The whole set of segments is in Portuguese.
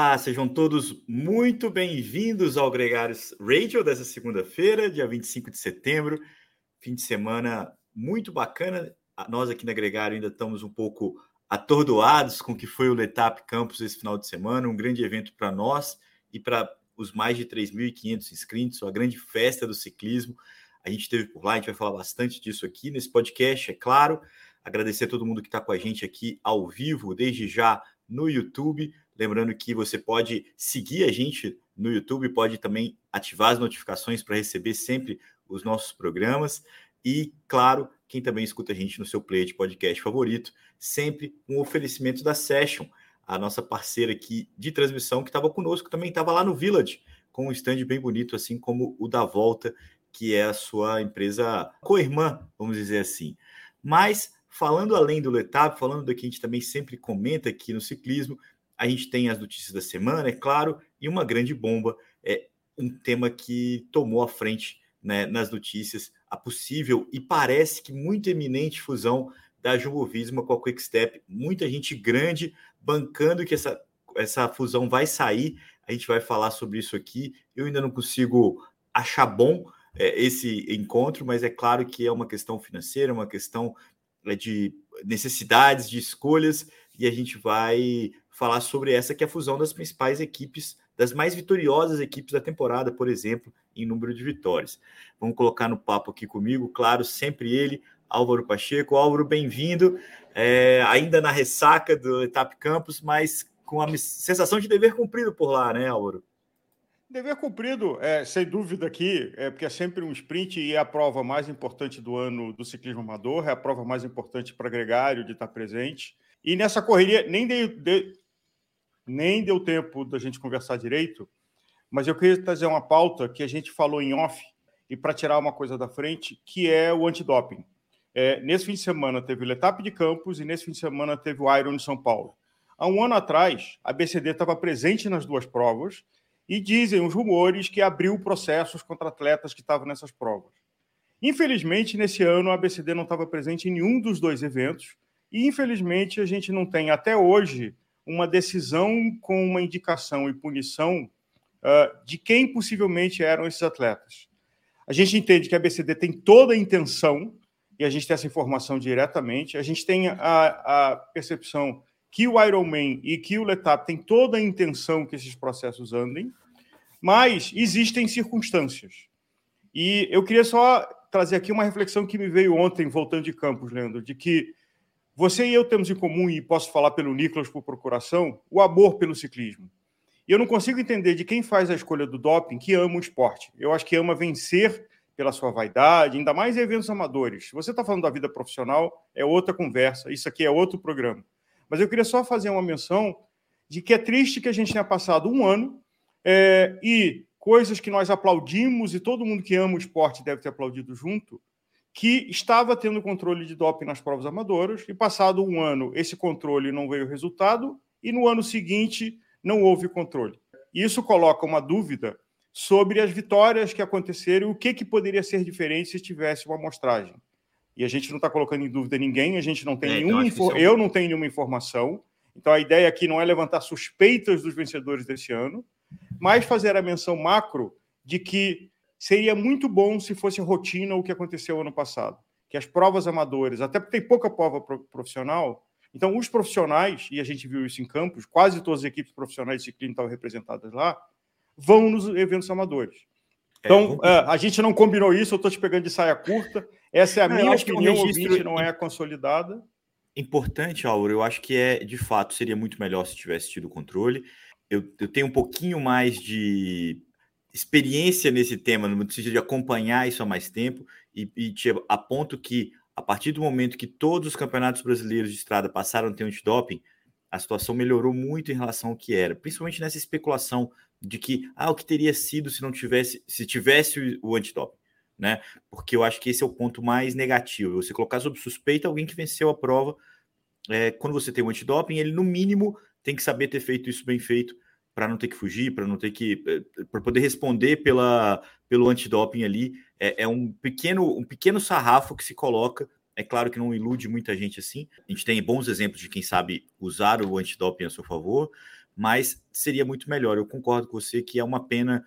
Olá, sejam todos muito bem-vindos ao Gregários Radio dessa segunda-feira, dia 25 de setembro, fim de semana muito bacana. Nós aqui na Gregário ainda estamos um pouco atordoados com o que foi o Letap Campus esse final de semana, um grande evento para nós e para os mais de 3.500 inscritos, a grande festa do ciclismo. A gente esteve por lá, a gente vai falar bastante disso aqui nesse podcast, é claro. Agradecer a todo mundo que está com a gente aqui ao vivo, desde já no YouTube. Lembrando que você pode seguir a gente no YouTube, pode também ativar as notificações para receber sempre os nossos programas. E, claro, quem também escuta a gente no seu player de podcast favorito, sempre um oferecimento da Session, a nossa parceira aqui de transmissão, que estava conosco, também estava lá no Village, com um stand bem bonito, assim como o da Volta, que é a sua empresa co-irmã, vamos dizer assim. Mas, falando além do Letap, falando do que a gente também sempre comenta aqui no ciclismo, a gente tem as notícias da semana, é claro, e uma grande bomba, é um tema que tomou a frente, né, nas notícias, a possível e parece que muito eminente fusão da Jumbo-Visma com a Quick-Step. Muita gente grande bancando que essa fusão vai sair. A gente vai falar sobre isso aqui. Eu ainda não consigo achar bom esse encontro, mas é claro que é uma questão financeira, uma questão de necessidades, de escolhas, e a gente vai falar sobre essa que é a fusão das principais equipes, das mais vitoriosas equipes da temporada, por exemplo, em número de vitórias. Vamos colocar no papo aqui comigo, claro, sempre ele, Álvaro Pacheco. Álvaro, bem-vindo, ainda na ressaca do Letap Campus, mas com a sensação de dever cumprido por lá, né, Álvaro? Dever cumprido, sem dúvida aqui, porque é sempre um sprint e é a prova mais importante do ano do ciclismo amador, é a prova mais importante para Gregário de estar presente. E nessa correria nem deu tempo da gente conversar direito, mas eu queria trazer uma pauta que a gente falou em off, e para tirar uma coisa da frente, que é o antidoping. Nesse fim de semana teve o Letap de Campos e nesse fim de semana teve o Iron de São Paulo. Há um ano atrás, a BCD estava presente nas duas provas, e dizem os rumores que abriu processos contra atletas que estavam nessas provas. Infelizmente, nesse ano, a ABCD não estava presente em nenhum dos dois eventos e, infelizmente, a gente não tem, até hoje, uma decisão com uma indicação e punição de quem possivelmente eram esses atletas. A gente entende que a ABCD tem toda a intenção, e a gente tem essa informação diretamente, a gente tem a percepção que o Ironman e que o Letap têm toda a intenção que esses processos andem, mas existem circunstâncias. E eu queria só trazer aqui uma reflexão que me veio ontem, voltando de Campos, Leandro, de que você e eu temos em comum, e posso falar pelo Nicolas por procuração, o amor pelo ciclismo. E eu não consigo entender de quem faz a escolha do doping que ama o esporte. Eu acho que ama vencer pela sua vaidade, ainda mais em eventos amadores. Se você está falando da vida profissional, é outra conversa, isso aqui é outro programa. Mas eu queria só fazer uma menção de que é triste que a gente tenha passado um ano e coisas que nós aplaudimos, e todo mundo que ama o esporte deve ter aplaudido junto, que estava tendo controle de doping nas provas amadoras, e passado um ano esse controle não veio resultado, e no ano seguinte não houve controle. Isso coloca uma dúvida sobre as vitórias que aconteceram e o que poderia ser diferente se tivesse uma amostragem. E a gente não está colocando em dúvida ninguém, a gente não tem eu não tenho nenhuma informação. Então a ideia aqui não é levantar suspeitas dos vencedores desse ano, mas fazer a menção macro de que seria muito bom se fosse rotina o que aconteceu ano passado. Que as provas amadoras, até porque tem pouca prova profissional, então os profissionais, e a gente viu isso em Campos, quase todas as equipes profissionais de ciclismo estavam representadas lá, vão nos eventos amadores. Então, a gente não combinou isso, eu estou te pegando de saia curta. Essa é a minha opinião, ouvinte, não é consolidada. Importante, Álvaro, eu acho que de fato, seria muito melhor se tivesse tido controle. Eu tenho um pouquinho mais de experiência nesse tema, no sentido de acompanhar isso há mais tempo, e te aponto que, a partir do momento que todos os campeonatos brasileiros de estrada passaram a ter antidoping, a situação melhorou muito em relação ao que era, principalmente nessa especulação de que o que teria sido se tivesse o antidoping, né? Porque eu acho que esse é o ponto mais negativo, você colocar sob suspeita alguém que venceu a prova. Quando você tem o antidoping, ele no mínimo tem que saber ter feito isso bem feito, para não ter que fugir, para não ter que, para poder responder pelo antidoping ali. É um pequeno sarrafo que se coloca. É claro que não ilude muita gente assim. A gente tem bons exemplos de quem sabe usar o antidoping a seu favor, mas seria muito melhor. Eu concordo com você que é uma pena,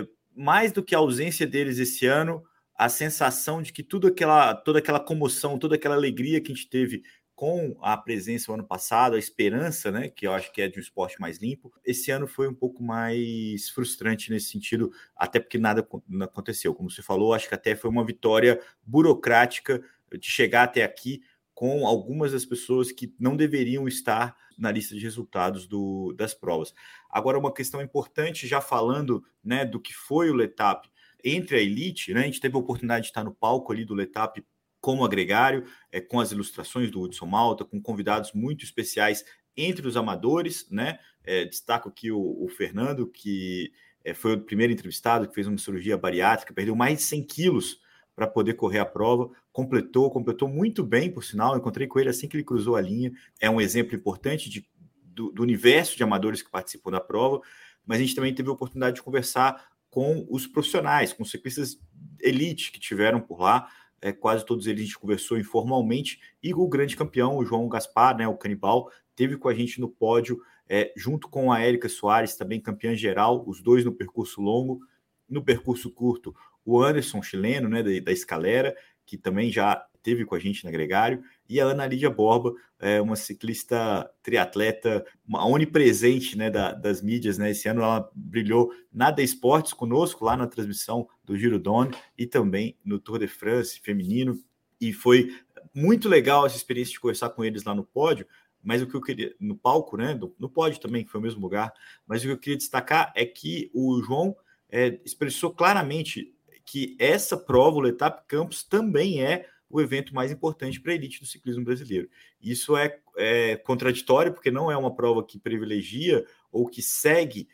mais do que a ausência deles esse ano, a sensação de que toda aquela comoção, toda aquela alegria que a gente teve com a presença o ano passado, a esperança, né, que eu acho que é de um esporte mais limpo, esse ano foi um pouco mais frustrante nesse sentido, até porque nada aconteceu. Como você falou, acho que até foi uma vitória burocrática de chegar até aqui com algumas das pessoas que não deveriam estar na lista de resultados das provas. Agora, uma questão importante, já falando, né, do que foi o Letap entre a elite, né, a gente teve a oportunidade de estar no palco ali do Letap como agregário, com as ilustrações do Hudson Malta, com convidados muito especiais entre os amadores, né? Destaco aqui o Fernando, que foi o primeiro entrevistado, que fez uma cirurgia bariátrica, perdeu mais de 100 quilos para poder correr a prova, completou muito bem, por sinal, encontrei com ele assim que ele cruzou a linha, é um exemplo importante do universo de amadores que participam da prova, mas a gente também teve a oportunidade de conversar com os profissionais, com os ciclistas elite que tiveram por lá, quase todos eles a gente conversou informalmente, e o grande campeão, o João Gaspar, né, o Canibal, teve com a gente no pódio, junto com a Érica Soares, também campeã geral, os dois no percurso longo. No percurso curto, o Anderson, chileno, né, da Escalera, que também já teve com a gente na Gregário, e a Ana Lídia Borba, uma ciclista triatleta, uma onipresente, né, das mídias, né? Esse ano ela brilhou na The Esportes conosco, lá na transmissão do Giro Donne, e também no Tour de France feminino, e foi muito legal essa experiência de conversar com eles lá no pódio, mas o que eu queria, no palco, né, no pódio também, que foi o mesmo lugar, mas o que eu queria destacar é que o João expressou claramente que essa prova, o Letap Campos, também é o evento mais importante para a elite do ciclismo brasileiro. Isso é contraditório, porque não é uma prova que privilegia ou que segue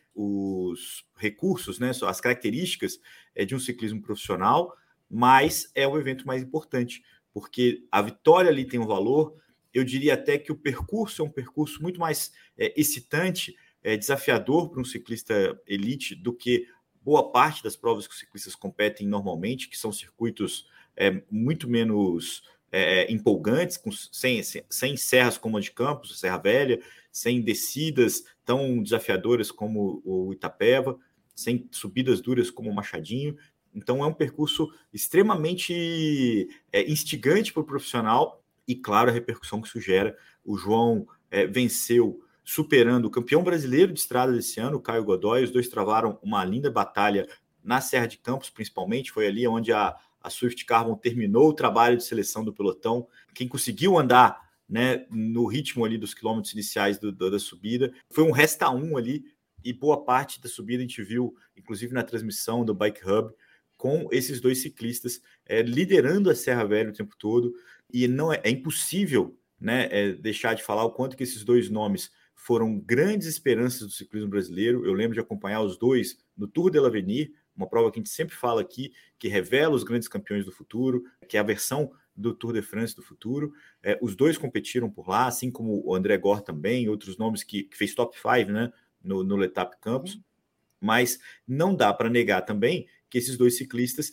os recursos, né, as características de um ciclismo profissional, mas é o evento mais importante, porque a vitória ali tem um valor. Eu diria até que o percurso é um percurso muito mais excitante, desafiador para um ciclista elite do que boa parte das provas que os ciclistas competem normalmente, que são circuitos muito menos empolgantes, sem serras como a de Campos, a Serra Velha, sem descidas tão desafiadoras como o Itapeva, sem subidas duras como o Machadinho. Então é um percurso extremamente instigante para o profissional e, claro, a repercussão que isso gera. O João venceu superando o campeão brasileiro de estrada desse ano, o Caio Godoy. Os dois travaram uma linda batalha na Serra de Campos, principalmente. Foi ali onde a Swift Carbon terminou o trabalho de seleção do pelotão. Quem conseguiu andar, né, no ritmo ali dos quilômetros iniciais da subida foi um resta um ali, e boa parte da subida a gente viu, inclusive na transmissão do Bike Hub, com esses dois ciclistas liderando a Serra Velha o tempo todo. E não é impossível, né, deixar de falar o quanto que esses dois nomes foram grandes esperanças do ciclismo brasileiro. Eu lembro de acompanhar os dois no Tour de l'Avenir, uma prova que a gente sempre fala aqui, que revela os grandes campeões do futuro, que é a versão do Tour de France do futuro. Os dois competiram por lá, assim como o André Gore também, outros nomes que fez top 5, né, no Letap Campos. Mas não dá para negar também que esses dois ciclistas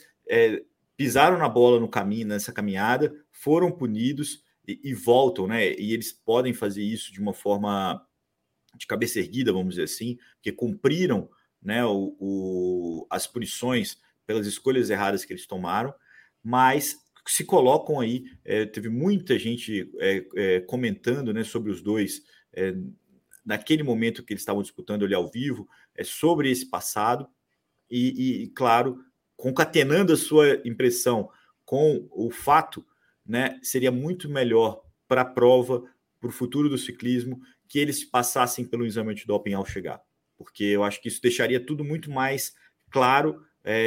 pisaram na bola no caminho, nessa caminhada, foram punidos e voltam, né? E eles podem fazer isso de uma forma de cabeça erguida, vamos dizer assim, que cumpriram, né, as punições pelas escolhas erradas que eles tomaram, mas se colocam aí, teve muita gente comentando, né, sobre os dois, naquele momento que eles estavam disputando ali ao vivo, sobre esse passado, e, claro, concatenando a sua impressão com o fato, né, seria muito melhor para a prova, para o futuro do ciclismo, que eles passassem pelo exame antidoping ao chegar. Porque eu acho que isso deixaria tudo muito mais claro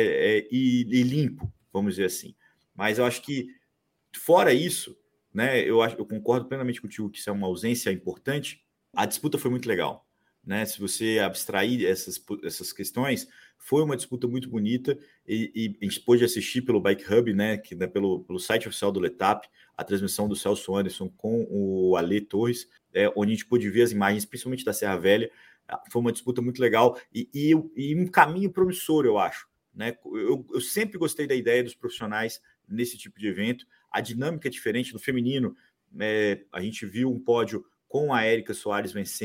e limpo, vamos dizer assim. Mas eu acho que, fora isso, né, eu concordo plenamente contigo que isso é uma ausência importante. A disputa foi muito legal, né? Se você abstrair essas questões, foi uma disputa muito bonita e a gente pôde assistir pelo Bike Hub, né, que é pelo site oficial do Letap, a transmissão do Celso Anderson com o Ale Torres, onde a gente pôde ver as imagens, principalmente da Serra Velha. Foi uma disputa muito legal e um caminho promissor, eu acho, né? Eu sempre gostei da ideia dos profissionais nesse tipo de evento. A dinâmica é diferente. No feminino, a gente viu um pódio com a Érica Soares vencendo,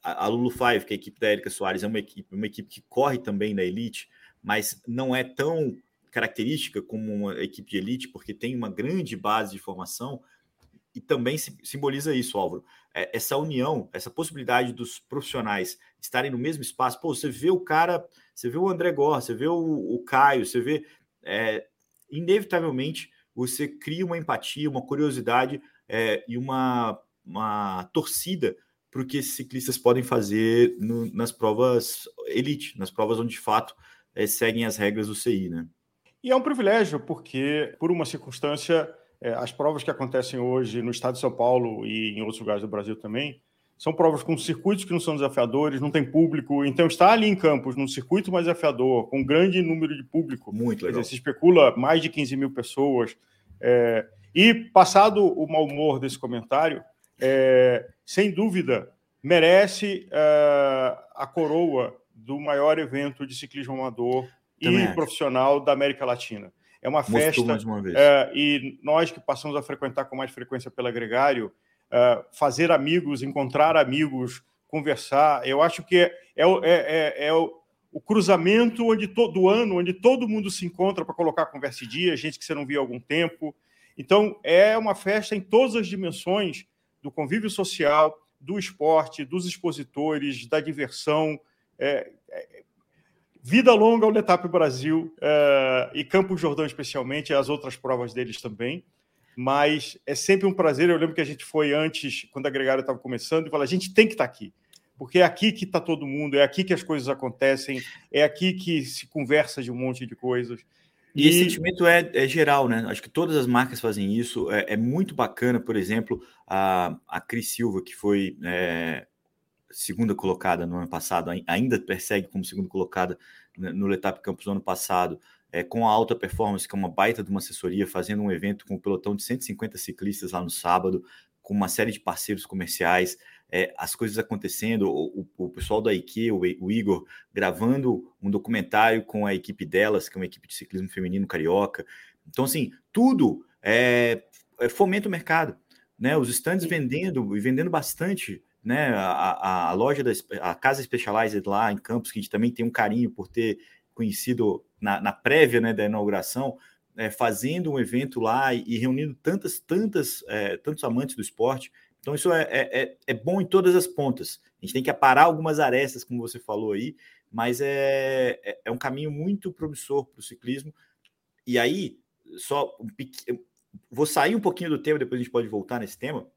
a Lulu Five, que é a equipe da Érica Soares, é uma equipe que corre também na elite, mas não é tão característica como uma equipe de elite, porque tem uma grande base de formação, e também simboliza isso, Álvaro. Essa união, essa possibilidade dos profissionais estarem no mesmo espaço. Pô, você vê o cara, você vê o André Gor, você vê o Caio, você vê... inevitavelmente, você cria uma empatia, uma curiosidade e uma torcida para o que esses ciclistas podem fazer nas provas elite, nas provas onde, de fato, seguem as regras do CI, né? E é um privilégio, porque, por uma circunstância, as provas que acontecem hoje no estado de São Paulo e em outros lugares do Brasil também, são provas com circuitos que não são desafiadores, não tem público. Então, estar ali em Campos, num circuito mais desafiador, com um grande número de público, muito legal. Quer dizer, se especula mais de 15 mil pessoas. E, passado o mau humor desse comentário, sem dúvida, merece a coroa do maior evento de ciclismo amador e profissional da América Latina. É uma festa, mais uma vez. E nós que passamos a frequentar com mais frequência pela Gregário, fazer amigos, encontrar amigos, conversar, eu acho que é o cruzamento do ano, onde todo mundo se encontra para colocar a conversa em dia, gente que você não via há algum tempo. Então, é uma festa em todas as dimensões do convívio social, do esporte, dos expositores, da diversão. Vida longa ao Letap Brasil e Campos Jordão especialmente, as outras provas deles também. Mas é sempre um prazer. Eu lembro que a gente foi antes, quando a Gregário estava começando, e falou: a gente tem que estar aqui, porque é aqui que está todo mundo, é aqui que as coisas acontecem, é aqui que se conversa de um monte de coisas. E esse sentimento é geral, né? Acho que todas as marcas fazem isso. É muito bacana, por exemplo, a Cris Silva, que foi segunda colocada no ano passado, ainda persegue como segunda colocada no Letap Campos no ano passado, com a Alta Performance, que é uma baita de uma assessoria, fazendo um evento com um pelotão de 150 ciclistas lá no sábado, com uma série de parceiros comerciais, as coisas acontecendo, o pessoal da IQ, o Igor, gravando um documentário com a equipe delas, que é uma equipe de ciclismo feminino carioca. Então, assim, tudo fomenta o mercado, né? Os stands vendendo bastante, né? A loja a Casa Specialized lá em Campos, que a gente também tem um carinho por ter conhecido na prévia, né, da inauguração, fazendo um evento lá e reunindo tantos amantes do esporte. Então, isso é bom em todas as pontas. A gente tem que aparar algumas arestas, como você falou aí, mas é um caminho muito promissor para o ciclismo. E aí, vou sair um pouquinho do tema, depois a gente pode voltar nesse tema.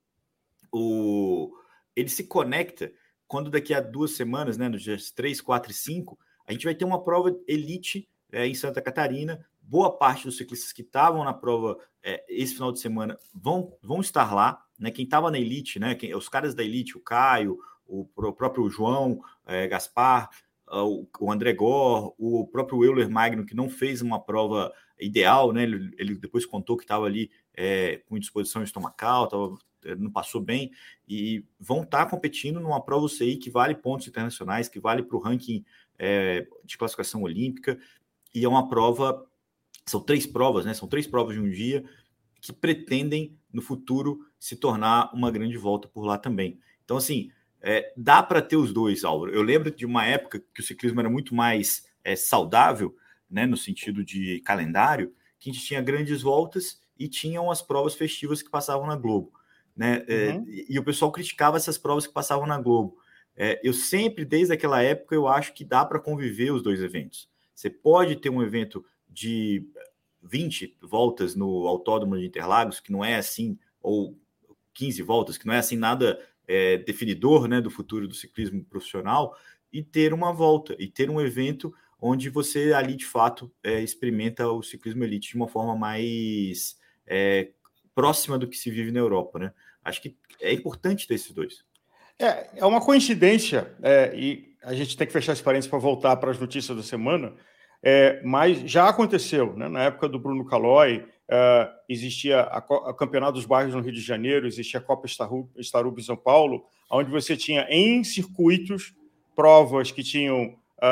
Ele se conecta quando daqui a 2 semanas, né, nos dias 3, 4 e 5, a gente vai ter uma prova elite em Santa Catarina. Boa parte dos ciclistas que estavam na prova esse final de semana vão estar lá, né? Quem estava na elite, né? Os caras da elite, o Caio, o próprio João Gaspar, o André Gor, o próprio Euler Magno, que não fez uma prova ideal, né? Ele depois contou que estava ali com indisposição estomacal, não passou bem, e vão estar competindo numa prova UCI que vale pontos internacionais, que vale para o ranking de classificação olímpica, e é uma prova, são 3 provas, né? São 3 provas de um dia que pretendem, no futuro, se tornar uma grande volta por lá também. Então, assim, dá para ter os dois, Álvaro. Eu lembro de uma época que o ciclismo era muito mais saudável, né, no sentido de calendário, que a gente tinha grandes voltas e tinham as provas festivas que passavam na Globo, né? E o pessoal criticava essas provas que passavam na Globo. Eu sempre, desde aquela época, eu acho que dá para conviver os dois eventos. Você pode ter um evento de 20 voltas no Autódromo de Interlagos, que não é assim, ou 15 voltas, que não é assim nada definidor, né, do futuro do ciclismo profissional, e ter uma volta, e ter um evento onde você ali, de fato, experimenta o ciclismo elite de uma forma mais próxima do que se vive na Europa, né? Acho que é importante ter esses dois. É uma coincidência, e a gente tem que fechar esse parênteses para voltar para as notícias da semana, mas já aconteceu, né? Na época do Bruno Caloi, existia a Campeonato dos Bairros no Rio de Janeiro, existia a Copa Staruba em São Paulo, onde você tinha em circuitos provas que tinham,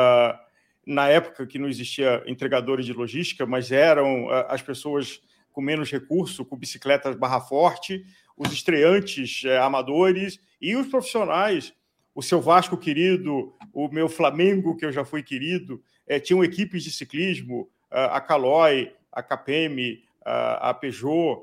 na época que não existia entregadores de logística, mas eram as pessoas com menos recurso, com bicicletas barra forte, os estreantes amadores e os profissionais o seu Vasco querido, o meu Flamengo, que eu já fui querido, tinham equipes de ciclismo, a Caloi, a KPM, a Peugeot,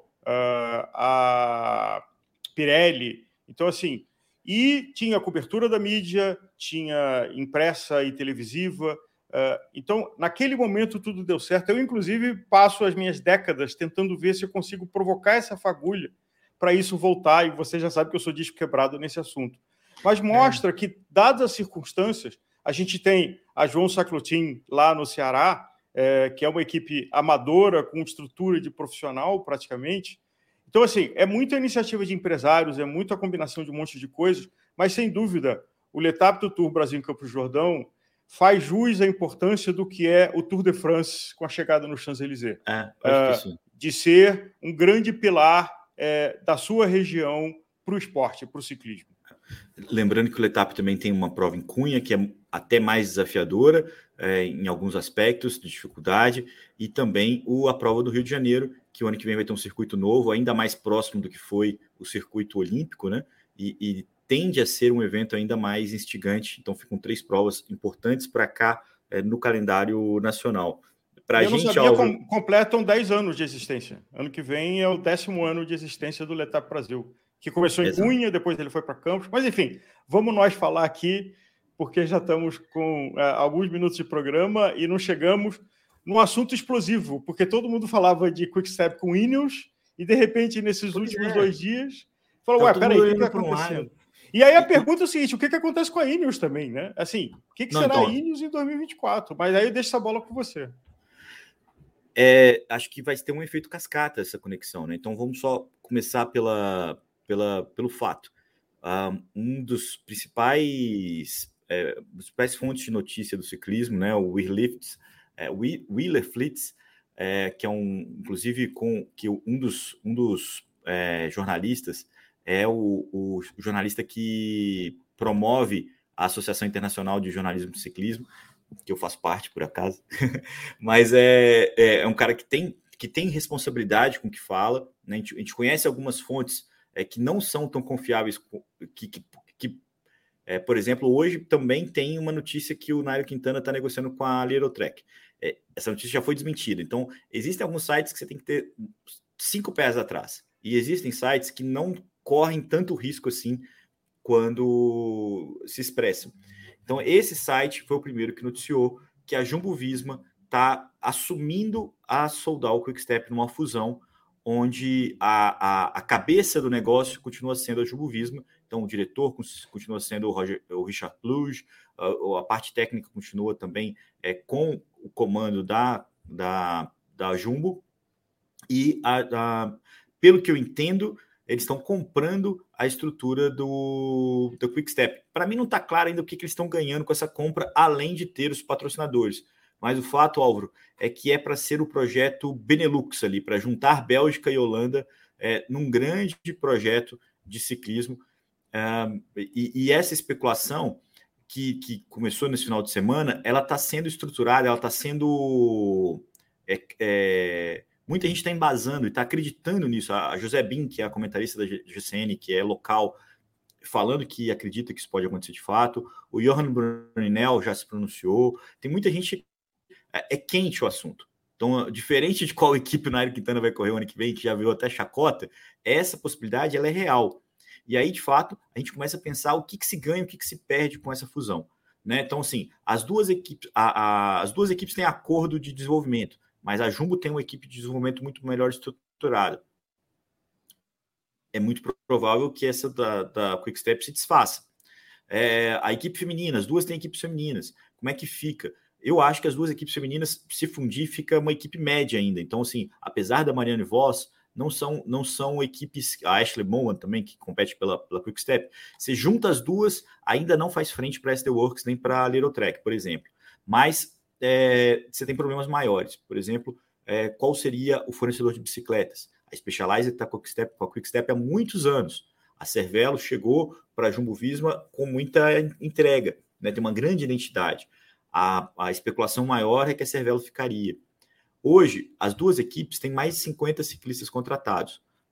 a Pirelli. Então, assim, e tinha cobertura da mídia, tinha impressa e televisiva. Então, naquele momento, tudo deu certo. Eu, inclusive, passo as minhas décadas tentando ver se eu consigo provocar essa fagulha para isso voltar, e você já sabe que eu sou disco quebrado nesse assunto. Mas mostra que, dadas as circunstâncias, a gente tem a João Saclotin lá no Ceará, que é uma equipe amadora, com estrutura de profissional, praticamente. Então, assim, é muita iniciativa de empresários, é muita combinação de um monte de coisas, mas, sem dúvida, o L'Étape do Tour Brasil em Campos do Jordão faz jus à importância do que é o Tour de France com a chegada no Champs-Élysées. De ser um grande pilar da sua região para o esporte, para o ciclismo. Lembrando que o L'Étape também tem uma prova em Cunha, que é até mais desafiadora em alguns aspectos de dificuldade, e também a prova do Rio de Janeiro, que o ano que vem vai ter um circuito novo, ainda mais próximo do que foi o circuito olímpico, né? E tende a ser um evento ainda mais instigante. Então ficam 3 provas importantes para cá no calendário nacional. Eu não sabia, completam 10 anos de existência. Ano que vem é o 10º ano de existência do L'Étape Brasil, que começou em Cunha, depois ele foi para Campos. Mas, enfim, vamos nós falar aqui, porque já estamos com alguns minutos de programa e não chegamos num assunto explosivo, porque todo mundo falava de Quick-Step com Ineos e, de repente, nesses últimos 2 dias, falou, peraí, o que está acontecendo? E aí a pergunta é o seguinte, o que acontece com a Ineos também, né? Assim, o que será a Ineos em 2024? Mas aí eu deixo essa bola com você. Acho que vai ter um efeito cascata essa conexão, né? Então vamos só começar pelo fato. Um dos principais fontes de notícia do ciclismo, né? O Wieler Flits, que é inclusive que um dos jornalistas é o jornalista que promove a Associação Internacional de Jornalismo de Ciclismo, que eu faço parte, por acaso, mas é um cara que tem responsabilidade com o que fala, né? A gente conhece algumas fontes que não são tão confiáveis, por exemplo, hoje também tem uma notícia que o Nairo Quintana está negociando com a Lerotrek. Essa notícia já foi desmentida, então existem alguns sites que você tem que ter 5 pés atrás, e existem sites que não correm tanto risco assim quando se expressam. Então, esse site foi o primeiro que noticiou que a Jumbo-Visma está assumindo a Soudal Quick-Step numa fusão, onde a cabeça do negócio continua sendo a Jumbo-Visma. Então, o diretor continua sendo o Richard Pluge, a parte técnica continua também com o comando da Jumbo. E, pelo que eu entendo, eles estão comprando a estrutura do Quick-Step. Para mim não está claro ainda o que eles estão ganhando com essa compra, além de ter os patrocinadores. Mas o fato, Álvaro, é que é para ser o projeto Benelux ali, para juntar Bélgica e Holanda num grande projeto de ciclismo. E essa especulação que começou nesse final de semana, ela está sendo estruturada, ela está sendo... muita gente está embasando e está acreditando nisso. A José Bin, que é a comentarista da GCN, que é local, falando que acredita que isso pode acontecer de fato. O Johan Bruninel já se pronunciou. Tem muita gente... É quente o assunto. Então, diferente de qual equipe o Nairo Quintana vai correr o ano que vem, que já viu até chacota, essa possibilidade ela é real. E aí, de fato, a gente começa a pensar o que se ganha, o que se perde com essa fusão. Né? Então, assim, as duas equipes têm acordo de desenvolvimento, mas a Jumbo tem uma equipe de desenvolvimento muito melhor estruturada. É muito provável que essa da Quick-Step se desfaça. A equipe feminina, as duas têm equipes femininas. Como é que fica? Eu acho que as duas equipes femininas, se fundir, fica uma equipe média ainda. Então, assim, apesar da Marianne Vos, não são equipes... A Ashley Mowan também, que compete pela Quick-Step. Você junta as duas, ainda não faz frente para a SD Works nem para a Lerotrek, por exemplo. Mas você tem problemas maiores. Por exemplo, qual seria o fornecedor de bicicletas? A Specialized está com a Quick-Step há muitos anos. A Cervelo chegou para a Jumbo-Visma com muita entrega, né? Tem uma grande identidade. A especulação maior é que a Cervelo ficaria. Hoje, as duas equipes têm mais de 50 ciclistas contratados,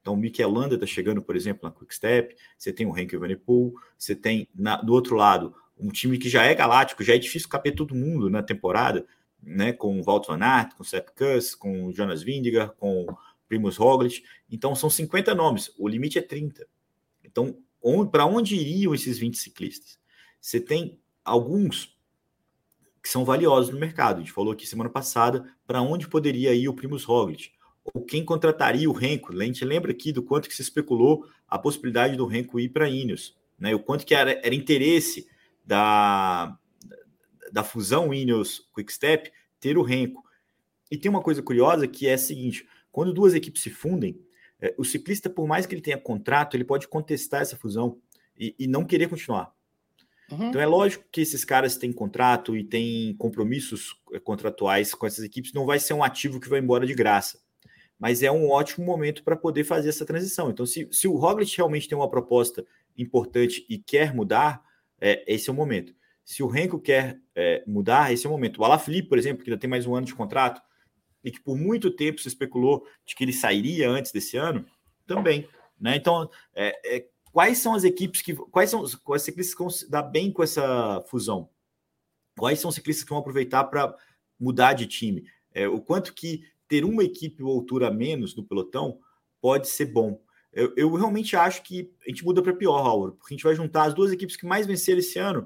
Então, o Mikel Landa está chegando, por exemplo, na Quick-Step, você tem o Henk Evenepoel, você tem, do outro lado, um time que já é galáctico, já é difícil caber todo mundo na temporada, né, com o Wout van Aert, com o Sepp Kuss, com o Jonas Vingegaard, com o Primož Roglic. Então, são 50 nomes, o limite é 30. Então, para onde iriam esses 20 ciclistas? Você tem alguns que são valiosos no mercado. A gente falou aqui semana passada para onde poderia ir o Primož Roglic, ou quem contrataria o Renko. A gente lembra aqui do quanto que se especulou a possibilidade do Renko ir para Ineos, né? O quanto que era interesse da fusão Ineos-Quick-Step ter o Renko. E tem uma coisa curiosa que é a seguinte: quando duas equipes se fundem, o ciclista, por mais que ele tenha contrato, ele pode contestar essa fusão e não querer continuar. Uhum. Então é lógico que esses caras têm contrato e têm compromissos contratuais com essas equipes, não vai ser um ativo que vai embora de graça. Mas é um ótimo momento para poder fazer essa transição. Então, se o Roglic realmente tem uma proposta importante e quer mudar, esse é o momento. Se o Renko quer mudar, esse é o momento. O Alaphilippe, por exemplo, que ainda tem mais um ano de contrato, e que por muito tempo se especulou de que ele sairia antes desse ano, também. Né? Então, quais são as equipes quais ciclistas que vão se dar bem com essa fusão? Quais são os ciclistas que vão aproveitar para mudar de time? O quanto que ter uma equipe ou altura a menos no pelotão pode ser bom. Eu realmente acho que a gente muda para pior, Álvaro, porque a gente vai juntar as duas equipes que mais venceram esse ano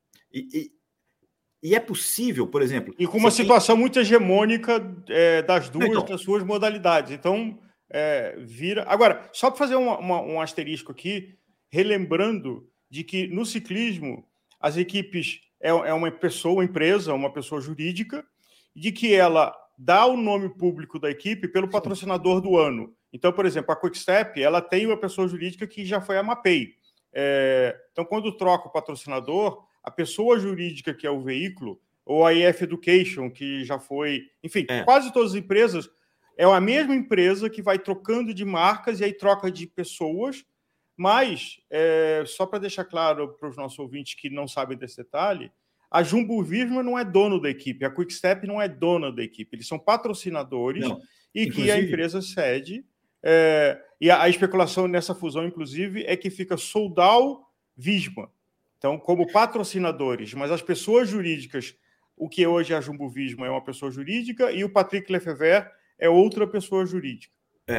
e é possível, por exemplo... E com uma situação muito hegemônica das suas modalidades. Então, vira... Agora, só para fazer um asterisco aqui, relembrando de que no ciclismo as equipes é uma pessoa, uma empresa, uma pessoa jurídica, de que ela dá o nome público da equipe pelo patrocinador do ano. Então, por exemplo, a Quick-Step, ela tem uma pessoa jurídica que já foi a Mapei. Então, quando troca o patrocinador, a pessoa jurídica que é o veículo, ou a EF Education, que já foi... Enfim, quase todas as empresas, é a mesma empresa que vai trocando de marcas e aí troca de pessoas, mas, só para deixar claro para os nossos ouvintes que não sabem desse detalhe, a Jumbo-Visma não é dono da equipe, a Quick-Step não é dona da equipe, eles são patrocinadores e que a empresa cede. E a especulação nessa fusão, inclusive, é que fica Soudal-Visma. Então, como patrocinadores, mas as pessoas jurídicas, o que hoje é a Jumbo-Visma é uma pessoa jurídica e o Patrick Lefevere é outra pessoa jurídica.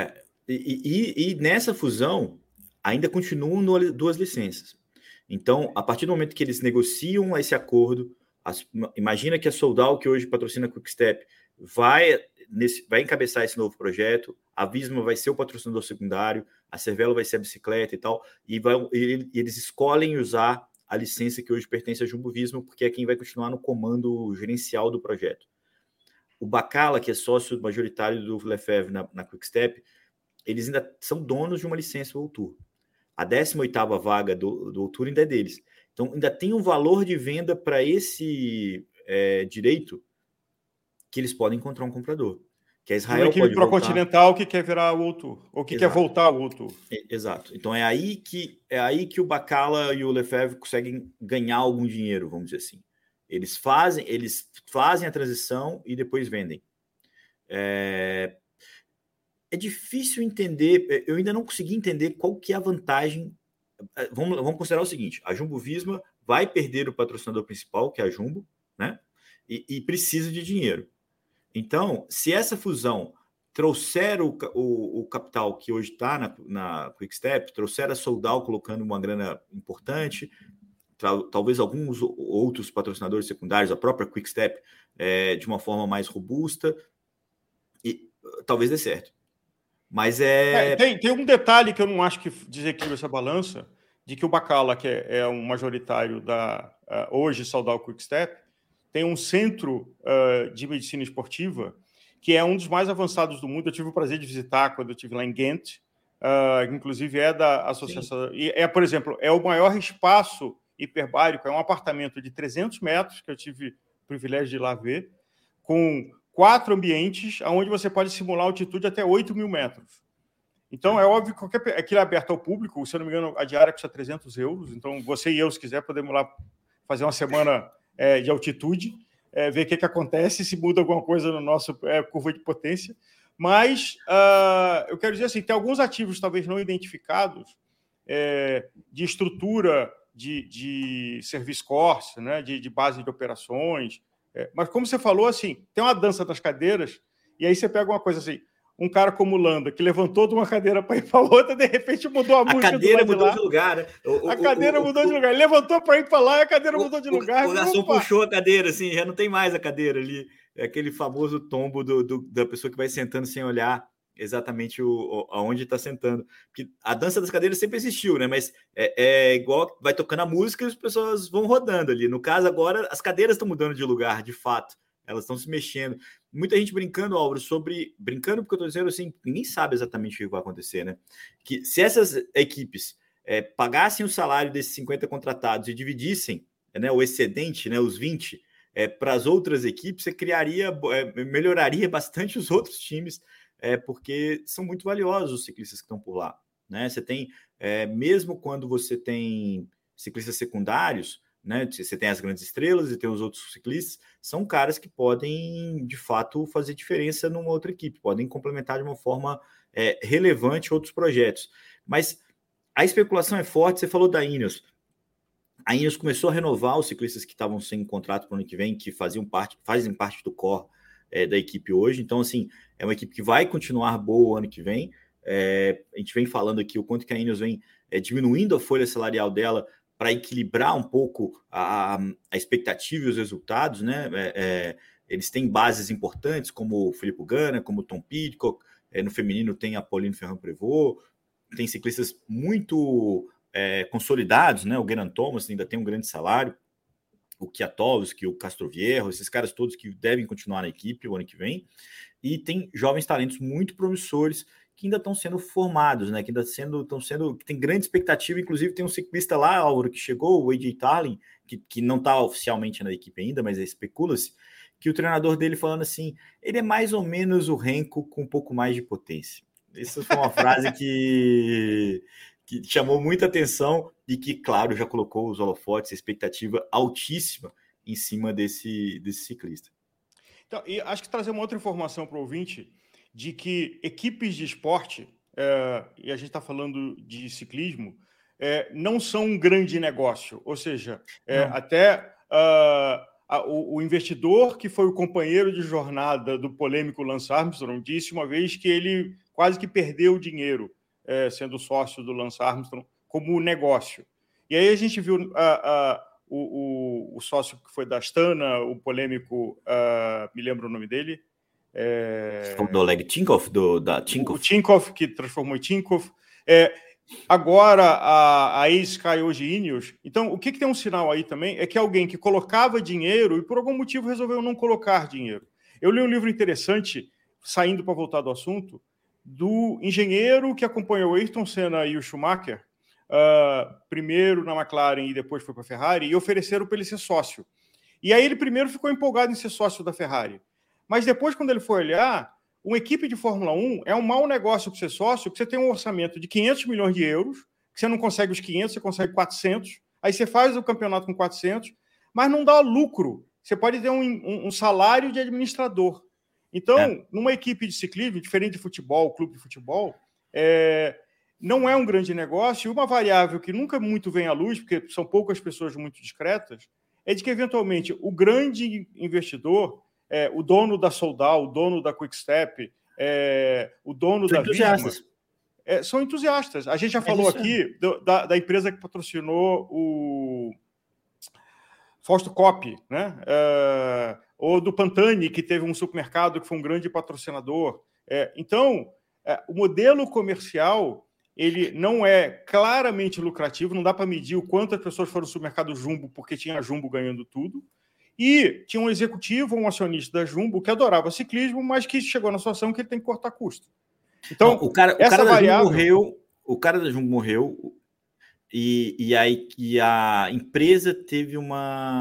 E nessa fusão ainda continuam duas licenças. Então, a partir do momento que eles negociam esse acordo, imagina que a Soudal, que hoje patrocina a Quick-Step, vai encabeçar esse novo projeto, a Visma vai ser o patrocinador secundário, a Cervelo vai ser a bicicleta e tal, e eles escolhem usar a licença que hoje pertence à Jumbo-Visma, porque é quem vai continuar no comando gerencial do projeto. O Bacala, que é sócio majoritário do Lefevre na Quick-Step, eles ainda são donos de uma licença World Tour. A 18ª vaga do World Tour ainda é deles. Então, ainda tem um valor de venda para esse direito que eles podem encontrar um comprador. Que a Israel uma equipe Procontinental que quer virar o World Tour, ou que quer voltar ao World Tour. Exato. Então, é aí que o Bacala e o Lefevre conseguem ganhar algum dinheiro, vamos dizer assim. Eles fazem a transição e depois vendem. É difícil entender, eu ainda não consegui entender qual que é a vantagem. Vamos considerar o seguinte: a Jumbo-Visma vai perder o patrocinador principal, que é a Jumbo, né? E precisa de dinheiro. Então, se essa fusão trouxer o capital que hoje está na Quick-Step, trouxer a Soudal colocando uma grana importante, talvez alguns outros patrocinadores secundários, a própria Quick-Step, de uma forma mais robusta, e talvez dê certo. Mas tem um detalhe que eu não acho que desequilibra essa balança, de que o Bacala, que é um majoritário da hoje Soudal Quick-Step, tem um centro de medicina esportiva que é um dos mais avançados do mundo. Eu tive o prazer de visitar quando eu estive lá em Ghent, inclusive é da associação... Sim. E por exemplo, é o maior espaço hiperbárico, é um apartamento de 300 metros, que eu tive o privilégio de ir lá ver, com 4 ambientes, onde você pode simular altitude até 8.000 metros. Então, é óbvio que aquilo é aberto ao público, se eu não me engano, a diária custa 300 euros, então você e eu, se quiser, podemos lá fazer uma semana de altitude, ver o que acontece, se muda alguma coisa no nosso curva de potência, Mas eu quero dizer assim, tem alguns ativos talvez não identificados de estrutura de service course, né, de base de operações. Mas como você falou, assim, tem uma dança das cadeiras, e aí você pega uma coisa assim, um cara como o Landa, que levantou de uma cadeira para ir para outra, de repente mudou a música do lado de lá. A cadeira mudou de lugar, né? A cadeira mudou de lugar. Ele levantou para ir para lá e a cadeira mudou de lugar. O garçom puxou a cadeira, assim, já não tem mais a cadeira ali. É aquele famoso tombo da pessoa que vai sentando sem olhar exatamente aonde está sentando. Porque a dança das cadeiras sempre existiu, né? Mas é igual, vai tocando a música e as pessoas vão rodando ali. No caso, agora, as cadeiras estão mudando de lugar, de fato. Elas estão se mexendo. Muita gente brincando, Álvaro, brincando porque eu estou dizendo assim, ninguém sabe exatamente o que vai acontecer, né? Que se essas equipes pagassem o salário desses 50 contratados e dividissem, né, o excedente, né, os 20, para as outras equipes, você melhoraria bastante os outros times, porque são muito valiosos os ciclistas que estão por lá. Né? Você tem, mesmo quando você tem ciclistas secundários, né, você tem as grandes estrelas e tem os outros ciclistas, são caras que podem, de fato, fazer diferença numa outra equipe, podem complementar de uma forma relevante outros projetos. Mas a especulação é forte, você falou da Ineos. A Ineos começou a renovar os ciclistas que estavam sem contrato para o ano que vem, que fazem parte do core da equipe hoje. Então, assim, é uma equipe que vai continuar boa o ano que vem. A gente vem falando aqui o quanto que a Ineos vem diminuindo a folha salarial dela para equilibrar um pouco a expectativa e os resultados, né? Eles têm bases importantes, como o Filippo Ganna, como o Tom Pidcock. No feminino tem a Pauline Ferrand-Prévot. Tem ciclistas muito consolidados, né? O Geraint Thomas ainda tem um grande salário, o Kwiatkowski, o Castroviejo, esses caras todos que devem continuar na equipe o ano que vem, e tem jovens talentos muito promissores que ainda estão sendo formados, né? Que ainda que tem grande expectativa, inclusive tem um ciclista lá, Álvaro, que chegou, o AJ Tarlin, que não está oficialmente na equipe ainda, mas especula-se, que o treinador dele falando assim, ele é mais ou menos o Renko com um pouco mais de potência. Essa foi uma frase que chamou muita atenção e que, claro, já colocou os holofotes, a expectativa altíssima em cima desse ciclista. Então, e acho que trazer uma outra informação para o ouvinte de que equipes de esporte, e a gente está falando de ciclismo, não são um grande negócio. Ou seja, até o investidor que foi o companheiro de jornada do polêmico Lance Armstrong disse uma vez que ele quase que perdeu dinheiro sendo sócio do Lance Armstrong como negócio. E aí a gente viu o sócio que foi da Astana, o polêmico, me lembro o nome dele. Do Oleg Tinkoff? O Tinkoff, que transformou em Tinkoff. Agora, a ex-Sky hoje Ineos. Então, o que tem um sinal aí também é que alguém que colocava dinheiro e por algum motivo resolveu não colocar dinheiro. Eu li um livro interessante, saindo para voltar do assunto, do engenheiro que acompanhou Ayrton Senna e o Schumacher, primeiro na McLaren e depois foi para a Ferrari, e ofereceram para ele ser sócio. E aí ele primeiro ficou empolgado em ser sócio da Ferrari. Mas depois, quando ele foi olhar, uma equipe de Fórmula 1 é um mau negócio para ser sócio, porque você tem um orçamento de 500 milhões de euros, que você não consegue os 500, você consegue 400, aí você faz o campeonato com 400, mas não dá lucro. Você pode ter um salário de administrador. Então, numa equipe de ciclismo, diferente de futebol, clube de futebol, não é um grande negócio. E uma variável que nunca muito vem à luz, porque são poucas pessoas muito discretas, é de que, eventualmente, o grande investidor, o dono da Soldal, o dono da Quick-Step, o dono da Visma, são entusiastas. A gente já falou aqui da empresa que patrocinou o Fausto Coppi, né? Ou do Pantani, que teve um supermercado que foi um grande patrocinador. Então, o modelo comercial ele não é claramente lucrativo, não dá para medir o quanto as pessoas foram no supermercado Jumbo porque tinha a Jumbo ganhando tudo. E tinha um executivo, um acionista da Jumbo, que adorava ciclismo, mas que chegou na situação que ele tem que cortar custo. Então, o cara da Jumbo morreu, o cara da Jumbo morreu e a empresa teve um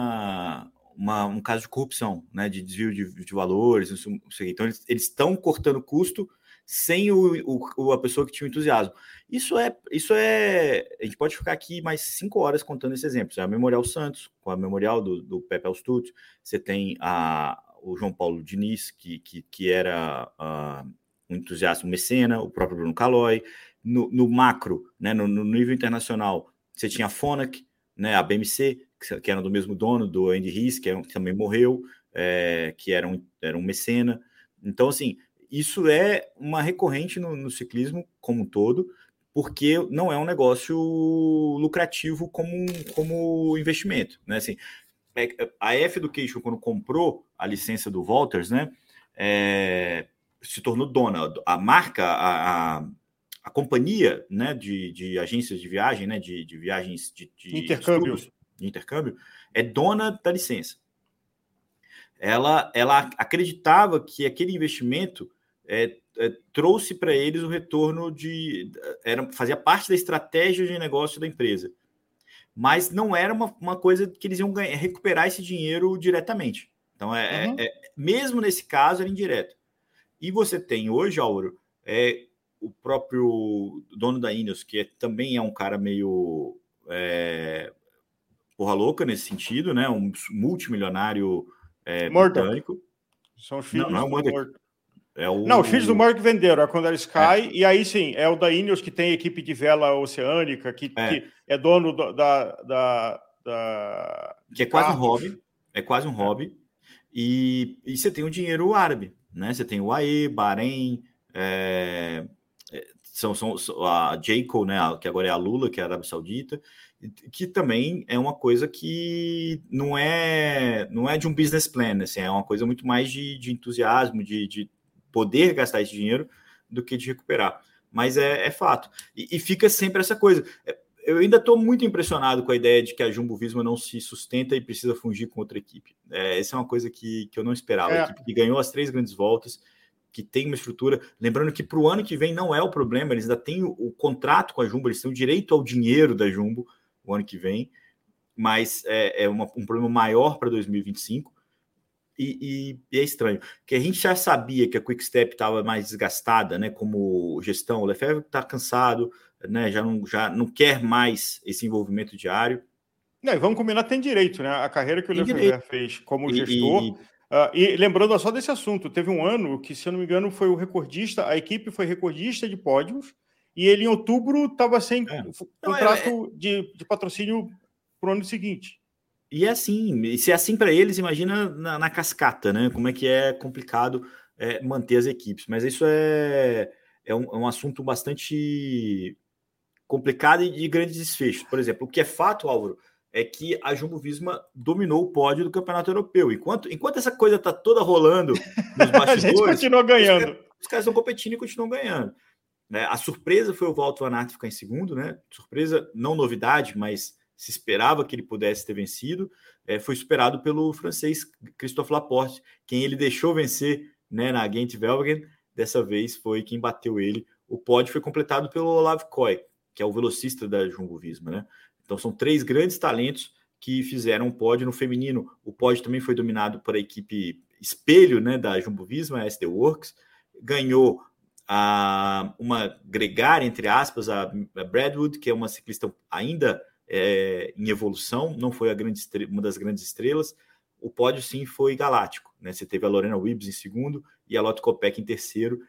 caso de corrupção, né, de desvio de valores. Então, eles estão cortando custo sem a pessoa que tinha o entusiasmo. Isso é... A gente pode ficar aqui mais 5 horas contando esse exemplo. Você é a Memorial Santos, com a Memorial do Pepe Alstutz. Você tem o João Paulo Diniz, que era um entusiasta, um mecena, o próprio Bruno Caloi. No macro, né, no nível internacional, você tinha a Phonak, né, a BMC, que era do mesmo dono, do Andy Riz, que também morreu, que era um mecena. Então, assim, isso é uma recorrente no ciclismo como um todo, porque não é um negócio lucrativo como investimento, né? Assim, a F-Education, quando comprou a licença do Walters, né, se tornou dona. A marca, a companhia, né, de agências de viagem, né, de viagens de intercâmbio. Estudos, de intercâmbio, é dona da licença. Ela acreditava que aquele investimento trouxe para eles o retorno fazia parte da estratégia de negócio da empresa. Mas não era uma coisa que eles iam recuperar esse dinheiro diretamente. Então, mesmo nesse caso, era indireto. E você tem hoje, Álvaro, o próprio dono da Ineos, que também é um cara meio porra louca nesse sentido, né? Um multimilionário britânico. São os filhos não é o Murdoch. Não, os filhos do Murdoch venderam a Condor Sky, e aí sim, é o da Ineos, que tem equipe de vela oceânica, que é dono que é quase um hobby. É quase um hobby. E você tem o dinheiro árabe, né? Você tem o UAE, Bahrein, são a Jayco, né? Que agora é a Lula, que é a Arábia Saudita, que também é uma coisa que não é de um business plan, assim, é uma coisa muito mais de entusiasmo, de poder gastar esse dinheiro do que de recuperar. Mas é fato. E fica sempre essa coisa. Eu ainda estou muito impressionado com a ideia de que a Jumbo-Visma não se sustenta e precisa fungir com outra equipe. Essa é uma coisa que eu não esperava. A equipe que ganhou as 3 grandes voltas, que tem uma estrutura. Lembrando que para o ano que vem não é o problema, eles ainda têm o contrato com a Jumbo, eles têm o direito ao dinheiro da Jumbo o ano que vem, mas um problema maior para 2025. E é estranho, que a gente já sabia que a Quick-Step estava mais desgastada, né, como gestão. O Lefebvre está cansado, né, já não quer mais esse envolvimento diário. Não, e vamos combinar, tem direito, né? A carreira que o Lefebvre fez como gestor. E lembrando só desse assunto, teve um ano que, se eu não me engano, foi o recordista, a equipe foi recordista de pódios, e ele em outubro estava sem contrato de patrocínio para o ano seguinte. E assim, e se é assim para eles, imagina na cascata, né? Como é que é complicado manter as equipes. Mas isso é um assunto bastante complicado e de grandes desfechos. Por exemplo, o que é fato, Álvaro, é que a Jumbo-Visma dominou o pódio do Campeonato Europeu. Enquanto essa coisa está toda rolando nos bastidores, a gente continua ganhando. Os caras estão competindo e continuam ganhando. A surpresa foi o Wout van Aert ficar em segundo, né? Surpresa, não novidade, mas se esperava que ele pudesse ter vencido. Foi superado pelo francês Christophe Laporte, quem ele deixou vencer, né, na Gent-Wevelgem. Dessa vez foi quem bateu ele. O pódio foi completado pelo Olav Koy, que é o velocista da Jumbo-Visma, né? Então são 3 grandes talentos que fizeram um pódio no feminino. O pódio também foi dominado por a equipe espelho, né, da Jumbo-Visma, a SD Works. Ganhou uma gregária, entre aspas, a Bradwood, que é uma ciclista ainda em evolução, não foi uma das grandes estrelas. O pódio, sim, foi galáctico, né? Você teve a Lorena Wibbs em segundo e a Lotte Kopeck em terceiro.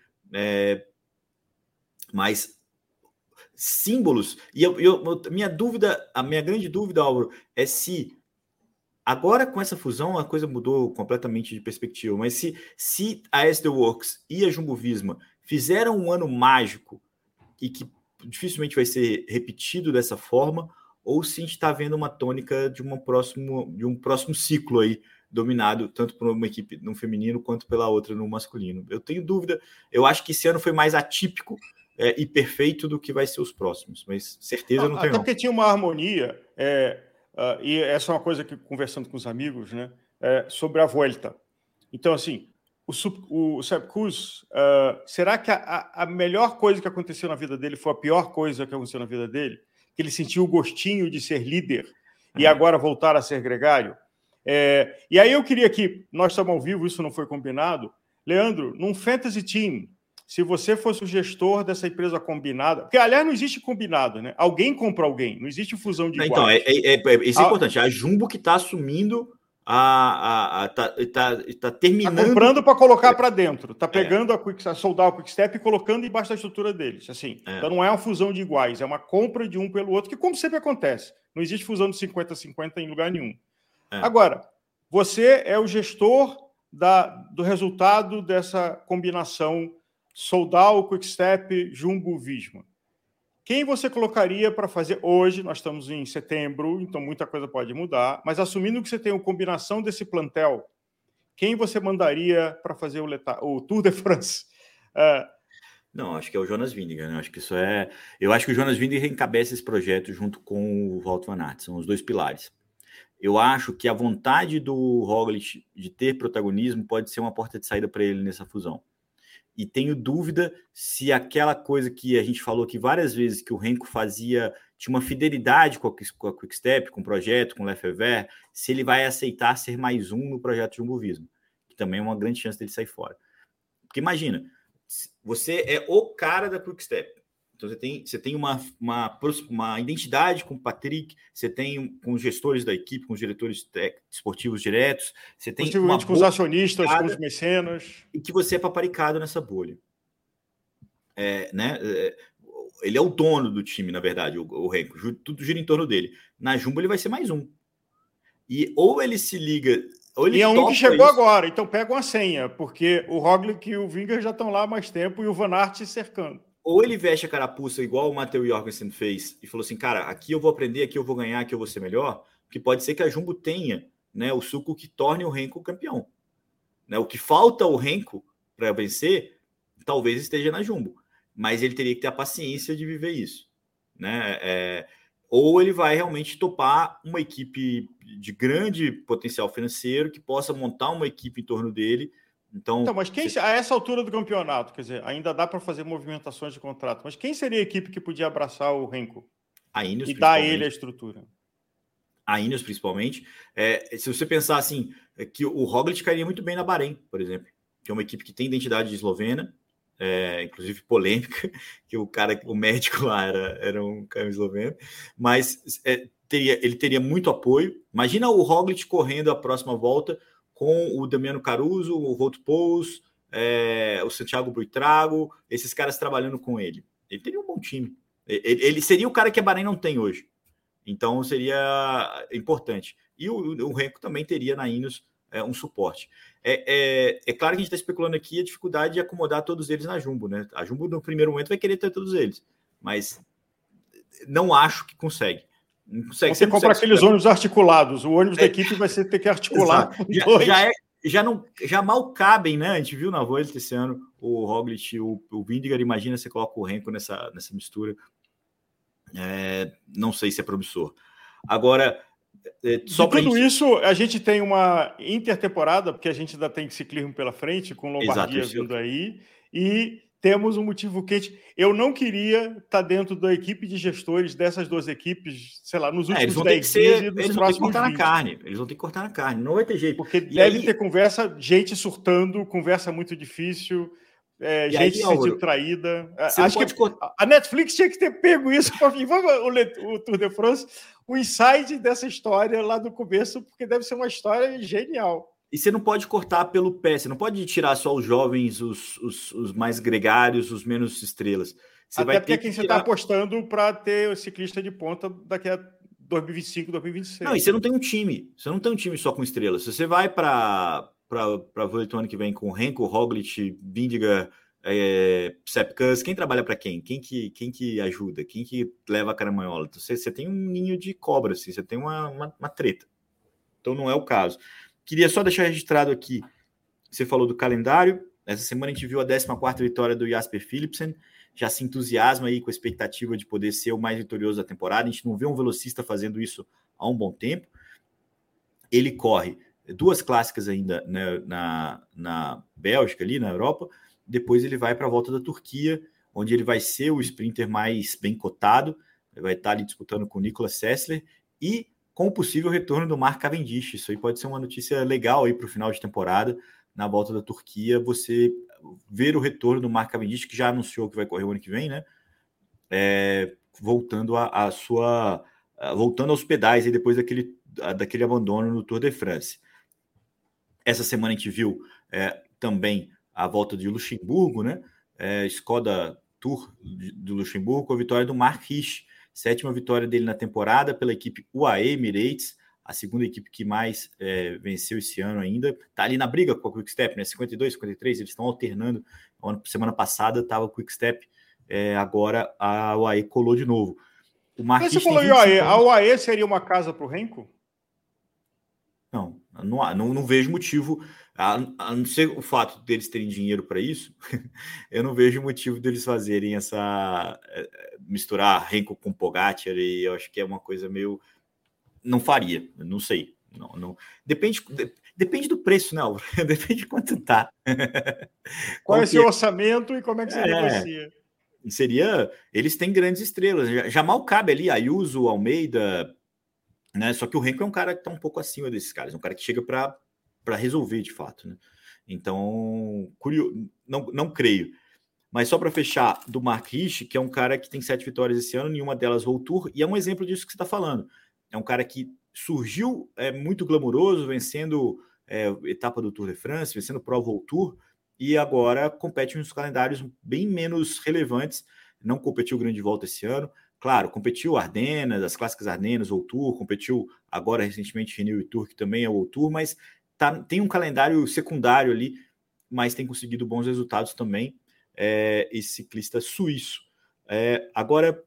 Mas símbolos, e a minha grande dúvida, Álvaro, é se agora com essa fusão a coisa mudou completamente de perspectiva, mas se a SD Works e a Jumbo-Visma fizeram um ano mágico e que dificilmente vai ser repetido dessa forma, ou se a gente está vendo uma tônica de um próximo ciclo aí, dominado tanto por uma equipe no feminino quanto pela outra no masculino. Eu tenho dúvida, eu acho que esse ano foi mais atípico e perfeito do que vai ser os próximos, mas certeza não tenho. Até porque tinha uma harmonia, e essa é uma coisa que, conversando com os amigos, né, sobre a Vuelta. Então, assim, o Sepp Kuss, será que a melhor coisa que aconteceu na vida dele foi a pior coisa que aconteceu na vida dele? Que ele sentiu o gostinho de ser líder e agora voltar a ser gregário? E aí eu queria que, nós estamos ao vivo, isso não foi combinado, Leandro, num Fantasy Team, se você fosse o gestor dessa empresa combinada, porque, aliás, não existe combinado, né? Alguém compra alguém, não existe fusão de iguais. Então, isso é importante. A Jumbo que está assumindo tá terminando. Tá comprando para colocar para dentro. Tá pegando a soldar o Quickstep e colocando embaixo da estrutura deles. Assim. Então não é uma fusão de iguais, é uma compra de um pelo outro, que como sempre acontece. Não existe fusão de 50-50 em lugar nenhum. Agora, você é o gestor do resultado dessa combinação Soldal, Quickstep, Jumbo, Visma. Quem você colocaria para fazer hoje? Nós estamos em setembro, então muita coisa pode mudar, mas assumindo que você tem uma combinação desse plantel, quem você mandaria para fazer o Tour de France? Não, acho que é o Jonas Vingegaard, né? Eu acho que o Jonas Vingegaard encabeça esse projeto junto com o Wout van Aert, são os dois pilares. Eu acho que a vontade do Roglic de ter protagonismo pode ser uma porta de saída para ele nessa fusão. E tenho dúvida se aquela coisa que a gente falou aqui várias vezes, que o Renko tinha uma fidelidade com a Quickstep, com o projeto, com o Lefevere, se ele vai aceitar ser mais um no projeto Jumbo-Visma, que também é uma grande chance dele sair fora. Porque imagina, você é o cara da Quickstep, então você tem uma identidade com o Patrick, você tem com os gestores da equipe, com os diretores esportivos diretos, você tem possivelmente com os acionistas, com os mecenas. E que você é paparicado nessa bolha. Né? Ele é o dono do time, na verdade, o Renko. Tudo gira em torno dele. Na Jumbo ele vai ser mais um. E ou ele se liga... Ou ele e é um que chegou agora, então pega uma senha, porque o Roglic e o Vingegaard já estão lá há mais tempo e o Van Aert cercando. Ou ele veste a carapuça igual o Matteo Jorgensen fez e falou assim, cara, aqui eu vou aprender, aqui eu vou ganhar, aqui eu vou ser melhor, porque pode ser que a Jumbo tenha, né, o suco que torne o Renko campeão. Né? O que falta o Renko para vencer, talvez esteja na Jumbo, mas ele teria que ter a paciência de viver isso. Né? Ou ele vai realmente topar uma equipe de grande potencial financeiro que possa montar uma equipe em torno dele. Então, mas a essa altura do campeonato, quer dizer, ainda dá para fazer movimentações de contrato, mas quem seria a equipe que podia abraçar o Renko e dar a ele a estrutura? A Ineos, principalmente. Se você pensar assim, que o Roglic cairia muito bem na Bahrein, por exemplo, que é uma equipe que tem identidade eslovena, inclusive polêmica, que o médico lá era um cara esloveno, mas ele teria muito apoio. Imagina o Roglic correndo a próxima volta com o Damiano Caruso, o Wout Poels, o Santiago Buitrago, esses caras trabalhando com ele. Ele teria um bom time. Ele seria o cara que a Bahrein não tem hoje. Então seria importante. E o Renko também teria na Ineos um suporte. Claro que a gente está especulando aqui a dificuldade de acomodar todos eles na Jumbo, né? A Jumbo no primeiro momento vai querer ter todos eles, mas não acho que consegue. Não consegue. Você compra aqueles ônibus articulados. O ônibus da equipe vai ter que articular. Já mal cabem, né? A gente viu na Vuelta esse ano o Roglic e o Vingegaard. Imagina você coloca o Renko nessa mistura. Não sei se é promissor. Agora, só para tudo isso, a gente tem uma intertemporada, porque a gente ainda tem ciclismo pela frente, com Lombardia vindo aí, e temos um motivo quente. Eu não queria estar dentro da equipe de gestores dessas duas equipes, sei lá, nos últimos 10 dias e nos próximos 20. Eles vão ter que cortar na carne, não vai ter jeito. Porque deve ter conversa, gente surtando, conversa muito difícil, gente se sentindo traída. Acho que a Netflix tinha que ter pego isso para o Tour de France, o insight dessa história lá do começo, porque deve ser uma história genial. E você não pode cortar pelo pé, você não pode tirar só os jovens, os mais gregários, os menos estrelas. Até porque é quem você está apostando para ter o ciclista de ponta daqui a 2025, 2026. Não, e você não tem um time. Você não tem um time só com estrelas. Se você vai para a Vuelta ano que vem com Renko, Roglic, Vingegaard, Sepp Kuss, quem trabalha para quem? Quem que ajuda? Quem que leva a caramanhola? Então, você tem um ninho de cobra, assim, você tem uma treta. Então não é o caso. Queria só deixar registrado aqui, você falou do calendário, essa semana a gente viu a 14ª vitória do Jasper Philipsen, já se entusiasma aí com a expectativa de poder ser o mais vitorioso da temporada. A gente não vê um velocista fazendo isso há um bom tempo. Ele corre 2 clássicas ainda, né, na Bélgica, ali na Europa. Depois ele vai para a volta da Turquia, onde ele vai ser o sprinter mais bem cotado, ele vai estar ali disputando com o Nicolas Sessler e com o possível retorno do Mark Cavendish. Isso aí pode ser uma notícia legal aí para o final de temporada. Na volta da Turquia, você ver o retorno do Mark Cavendish, que já anunciou que vai correr o ano que vem, né? Voltando voltando aos pedais aí depois daquele abandono no Tour de France. Essa semana a gente viu também a volta de Luxemburgo, né? Skoda Tour do Luxemburgo, com a vitória do Mark Hirschi, 7ª vitória dele na temporada pela equipe UAE Emirates, a segunda equipe que mais venceu esse ano ainda. Está ali na briga com a Quick Step, né? 52, 53, eles estão alternando. Semana passada estava o Quick Step, agora a UAE colou de novo. O Mark Hirschi falou UAE, a UAE seria uma casa para o Renko? Não vejo motivo, a não ser o fato deles terem dinheiro para isso, eu não vejo motivo deles fazerem misturar Renko com Pogacar, e eu acho que é uma coisa meio... Não faria, não sei. Não. Depende do preço, né, Álvaro? Depende de quanto tá. Qual é o seu orçamento e como é que você negocia? Eles têm grandes estrelas, já mal cabe ali Ayuso, Almeida, né? Só que o Renko é um cara que está um pouco acima desses caras, um cara que chega para resolver de fato, né? Então, não creio. Mas só para fechar, do Mark Hirschi, que é um cara que tem 7 vitórias esse ano, nenhuma delas World Tour, e é um exemplo disso que você está falando. É um cara que surgiu muito glamuroso, vencendo etapa do Tour de France, vencendo prova World Tour, e agora compete nos calendários bem menos relevantes. Não competiu grande volta esse ano. Claro, competiu Ardenas, as clássicas Ardenas, World Tour, competiu agora recentemente Renew e Tour, que também é World Tour, mas tem um calendário secundário ali, mas tem conseguido bons resultados também, esse ciclista suíço. Agora,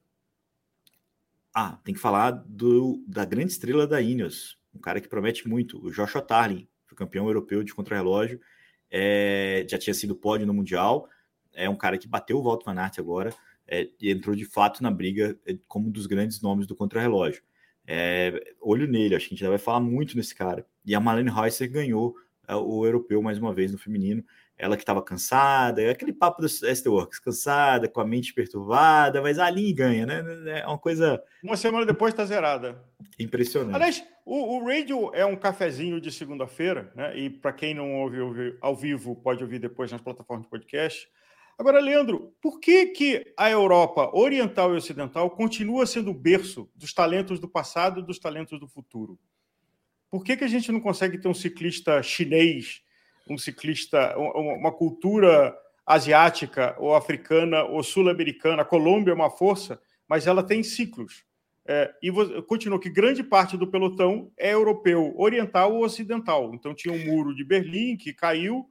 tem que falar da grande estrela da Ineos, um cara que promete muito, o Joshua Tarling, foi campeão europeu de contrarrelógio, já tinha sido pódio no Mundial, é um cara que bateu o Wout van Aert agora, e entrou de fato na briga como um dos grandes nomes do contrarrelógio. Olho nele, acho que a gente ainda vai falar muito nesse cara. E a Marlene Reusser ganhou o europeu mais uma vez no feminino, ela que estava cansada, aquele papo das Esther Works, cansada, com a mente perturbada, mas a Aline ganha, né? É uma coisa... Uma semana depois está zerada. Impressionante. Aliás, o Radio é um cafezinho de segunda-feira, né? E para quem não ouve ao vivo, pode ouvir depois nas plataformas de podcast. Agora, Leandro, por que a Europa oriental e ocidental continua sendo o berço dos talentos do passado e dos talentos do futuro? Por que a gente não consegue ter um ciclista chinês, um ciclista, uma cultura asiática ou africana ou sul-americana? A Colômbia é uma força, mas ela tem ciclos. E continua que grande parte do pelotão é europeu, oriental ou ocidental. Então tinha um muro de Berlim que caiu,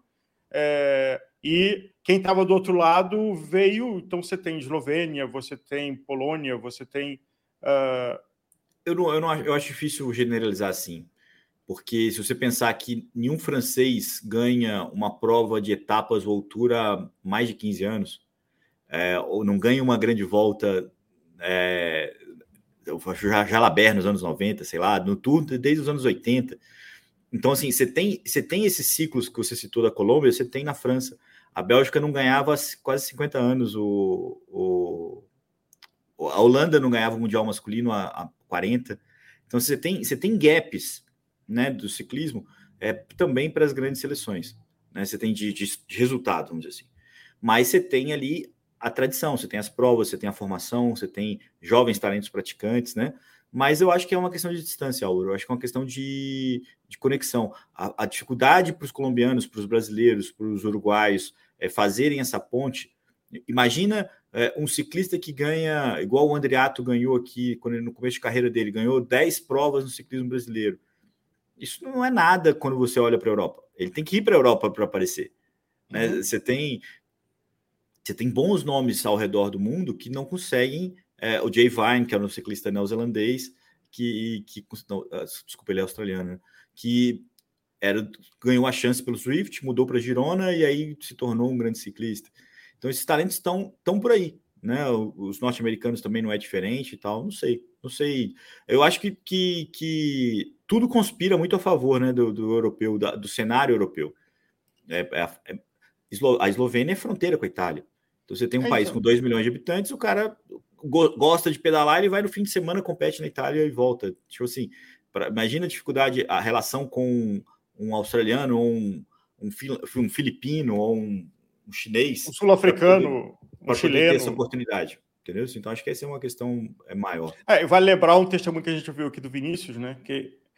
e quem estava do outro lado veio. Então você tem Eslovênia, você tem Polônia, você tem... Eu acho difícil generalizar assim, porque se você pensar que nenhum francês ganha uma prova de etapas ou altura há mais de 15 anos, ou não ganha uma grande volta... Jalabert nos anos 90, sei lá, no Tour desde os anos 80. Então, assim, você tem esses ciclos que você citou da Colômbia, você tem na França. A Bélgica não ganhava há quase 50 anos, a Holanda não ganhava o Mundial masculino há 40. Então, você tem gaps, né, do ciclismo também para as grandes seleções. Né? Você tem de resultado, vamos dizer assim. Mas você tem ali a tradição, você tem as provas, você tem a formação, você tem jovens talentos praticantes, né? Mas eu acho que é uma questão de distância, Álvaro. Eu acho que é uma questão de conexão. A dificuldade para os colombianos, para os brasileiros, para os uruguaios fazerem essa ponte. Imagina um ciclista que ganha, igual o Andreato ganhou aqui, quando ele, no começo de carreira dele, ganhou 10 provas no ciclismo brasileiro. Isso não é nada quando você olha para a Europa. Ele tem que ir para a Europa para aparecer. Né? Uhum. Você tem bons nomes ao redor do mundo que não conseguem. O Jay Vine, que era um ciclista neozelandês, desculpa, ele é australiano, né? Que ganhou a chance pelo Swift, mudou para Girona e aí se tornou um grande ciclista. Então esses talentos estão por aí, né? Os norte-americanos também não é diferente e tal, não sei. Eu acho que tudo conspira muito a favor, né, do europeu, do cenário europeu. A Eslovênia é fronteira com a Itália. Então você tem um país com 2 milhões de habitantes, o cara gosta de pedalar, ele vai no fim de semana, compete na Itália e volta. Tipo assim, imagina a dificuldade, a relação com um australiano, ou um filipino, ou um chinês. Um sul-africano, para poder ter essa oportunidade. Entendeu? Então acho que essa é uma questão maior. Vale lembrar um testemunho que a gente viu aqui do Vinícius, né? Que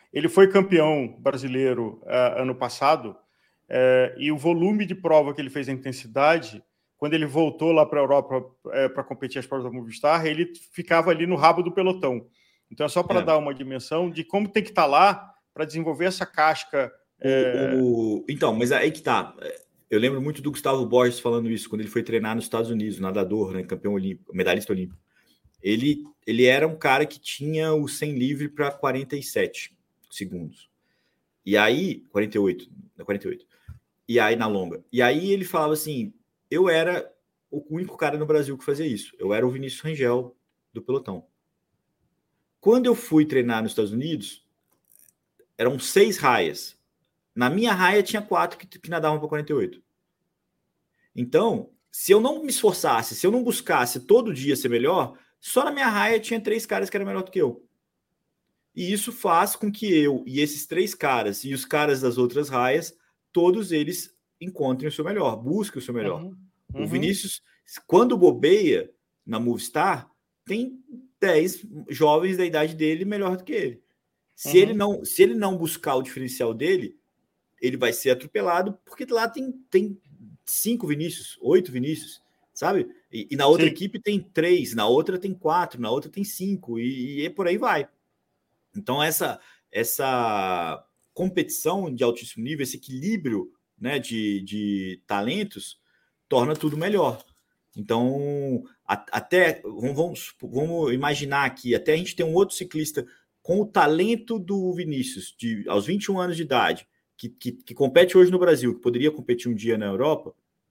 Ele foi campeão brasileiro ano passado, e o volume de prova que ele fez, a intensidade, quando ele voltou lá para a Europa para competir as provas da Movistar, ele ficava ali no rabo do pelotão. Então é só para dar uma dimensão de como tem que estar lá para desenvolver essa casca. Então, mas aí que tá. Eu lembro muito do Gustavo Borges falando isso quando ele foi treinar nos Estados Unidos, nadador, né, campeão olímpico, medalhista olímpico. Ele era um cara que tinha o 100 livre para 47 segundos. E aí, 48. E aí na longa. E aí ele falava assim, eu era o único cara no Brasil que fazia isso. Eu era o Vinícius Rangel do pelotão. Quando eu fui treinar nos Estados Unidos, eram 6 raias. Na minha raia tinha 4 que nadavam para 48. Então, se eu não me esforçasse, se eu não buscasse todo dia ser melhor, só na minha raia tinha 3 caras que eram melhor do que eu. E isso faz com que eu e esses 3 caras e os caras das outras raias, todos eles encontrem o seu melhor, busquem o seu melhor. O Vinícius, quando bobeia na Movistar, tem 10 jovens da idade dele melhor do que ele. Se ele não buscar o diferencial dele, ele vai ser atropelado, porque lá tem 5 Vinícius, 8 Vinícius, sabe? E na outra equipe tem 3, na outra tem 4, na outra tem 5, e por aí vai. Então, essa competição de altíssimo nível, esse equilíbrio, né, de talentos, torna tudo melhor. Então, até vamos imaginar aqui, até a gente tem um outro ciclista com o talento do Vinícius, aos 21 anos de idade, que compete hoje no Brasil, que poderia competir um dia na Europa,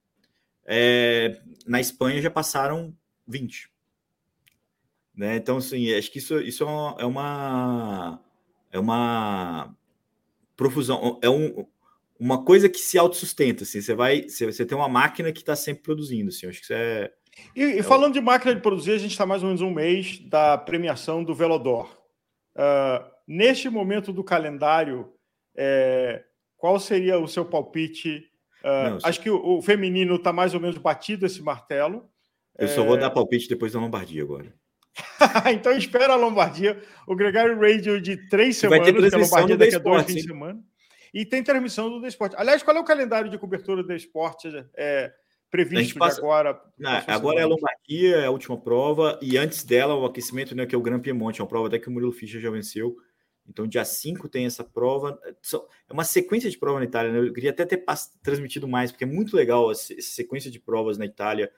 na Espanha já passaram 20. Né? Então, assim, acho que isso é uma profusão, uma coisa que se autossustenta. Assim, você tem uma máquina que está sempre produzindo. Assim, acho que isso é. E falando de máquina de produzir, a gente está mais ou menos um mês da premiação do Velodor. Neste momento do calendário, qual seria o seu palpite? Acho que o feminino está mais ou menos batido esse martelo. Eu só vou dar palpite depois da Lombardia agora. Então espera a Lombardia, o Gregário Radio de 3 semanas, vai ter transmissão a Lombardia daqui a 2 fins de semana. E tem transmissão do The Sport. Aliás, qual é o calendário de cobertura do The Sport previsto de agora? Agora é a Lombardia, é a última prova, e antes dela o aquecimento, né, que é o Gran Piemonte, é uma prova até que o Murilo Fischer já venceu. Então, dia 5 tem essa prova. É uma sequência de prova na Itália, né? Eu queria até ter transmitido mais, porque é muito legal essa sequência de provas na Itália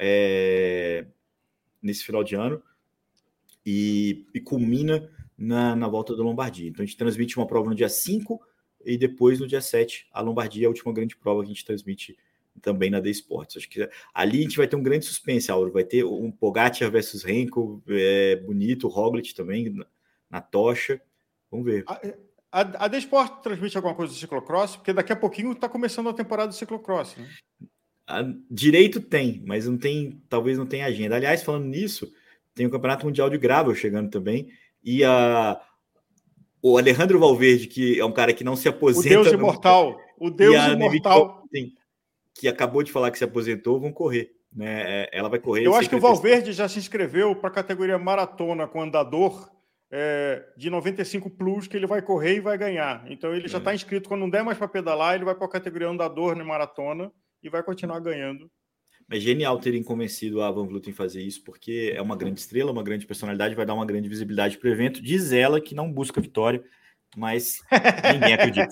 nesse final de ano. E culmina na volta da Lombardia. Então, a gente transmite uma prova no dia 5 e depois, no dia 7, a Lombardia é a última grande prova que a gente transmite também na The Sports. Acho que ali a gente vai ter um grande suspense, Auro. Vai ter um Pogacar versus Renko, bonito, o Roglic também na tocha. Vamos ver. A The Sport transmite alguma coisa do ciclocross? Porque daqui a pouquinho está começando a temporada do ciclocross, né? Direito tem, mas talvez não tenha agenda. Aliás, falando nisso, tem o Campeonato Mundial de Gravel chegando também. E o Alejandro Valverde, que é um cara que não se aposenta. O Deus imortal. O Deus imortal. Que acabou de falar que se aposentou, vão correr. Né? Ela vai correr. Eu acho que o Valverde já se inscreveu para a categoria maratona com andador de 95 plus, que ele vai correr e vai ganhar. Então ele já está inscrito. Quando não der mais para pedalar, ele vai para a categoria andador na maratona e vai continuar ganhando. É genial terem convencido a Van Vleuten em fazer isso, porque é uma grande estrela, uma grande personalidade, vai dar uma grande visibilidade para o evento. Diz ela que não busca vitória, mas ninguém acredita.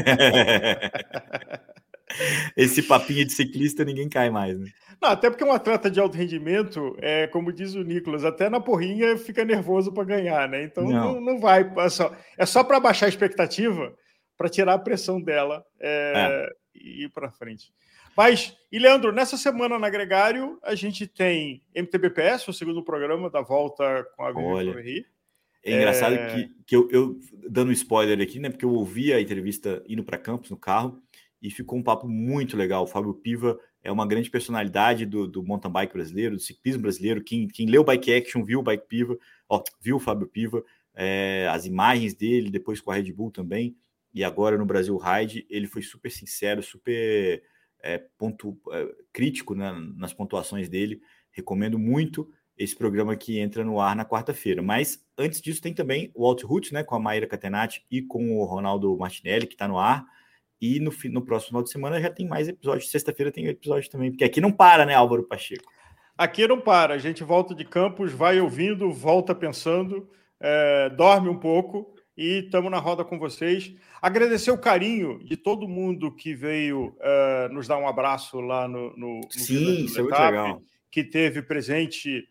Esse papinho de ciclista ninguém cai mais, né? Não, até porque um atleta de alto rendimento, como diz o Nicolas, até na porrinha fica nervoso para ganhar, né? Então não vai. É só para baixar a expectativa, para tirar a pressão dela e ir para frente. Mas, e Leandro, nessa semana na Gregário, a gente tem MTBPS, o segundo programa da volta com a Vivi Fleury. É engraçado que eu dando um spoiler aqui, né? Porque eu ouvi a entrevista indo para Campos no carro e ficou um papo muito legal. O Fábio Piva é uma grande personalidade do mountain bike brasileiro, do ciclismo brasileiro. Quem leu Bike Action viu o Bike Piva, viu o Fábio Piva, as imagens dele, depois com a Red Bull também, e agora no Brasil Ride. Ele foi super sincero, super crítico, né, nas pontuações dele. Recomendo muito. esse programa que entra no ar na quarta-feira. Mas antes disso tem também o Alt-Route, né, com a Maíra Catenati e com o Ronaldo Martinelli, que está no ar. E no próximo final de semana já tem mais episódios. Sexta-feira tem episódio também, porque aqui não para, né, Álvaro Pacheco? Aqui não para. A gente volta de campus, vai ouvindo, volta pensando, dorme um pouco e estamos na roda com vocês. Agradecer o carinho de todo mundo que veio nos dar um abraço lá no Sim, isso é muito legal. Que teve presente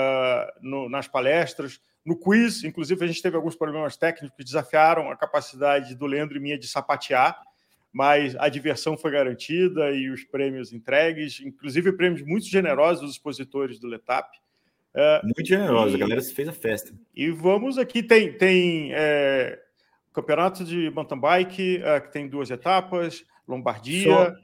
nas palestras, no quiz. Inclusive, a gente teve alguns problemas técnicos que desafiaram a capacidade do Leandro e minha de sapatear, mas a diversão foi garantida e os prêmios entregues, inclusive prêmios muito generosos dos expositores do Letap. Muito generoso, a galera fez a festa. E vamos aqui, tem campeonato de mountain bike, que tem 2 etapas, Lombardia,